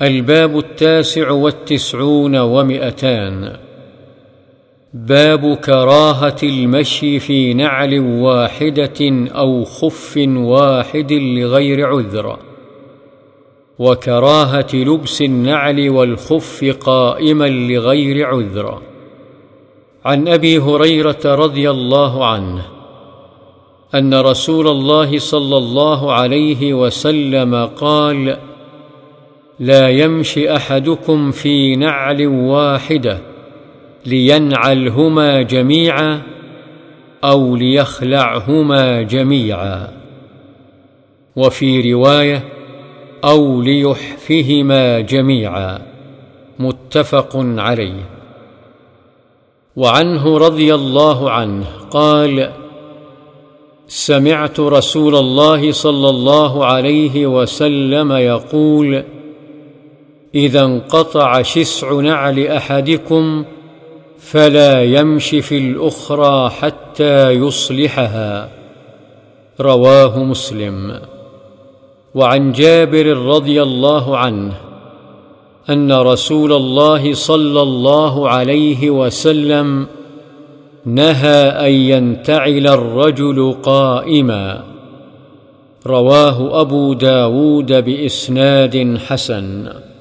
الباب 89 و200. باب كراهة المشي في نعل واحدة أو خف واحد لغير عذر، وكراهة لبس النعل والخف قائما لغير عذر. عن أبي هريرة رضي الله عنه أن رسول الله صلى الله عليه وسلم قال: لا يمشي أحدكم في نعل واحدة لينعلهما جميعا أو ليخلعهما جميعا، وفي رواية: أو ليحفهما جميعا، متفق عليه. وعنه رضي الله عنه قال: سمعت رسول الله صلى الله عليه وسلم يقول: إذا انقطع شسع نعل أحدكم فلا يمشي في الأخرى حتى يصلحها. رواه مسلم. وعن جابر رضي الله عنه أن رسول الله صلى الله عليه وسلم نهى أن ينتعل الرجل قائما. رواه أبو داود بإسناد حسن.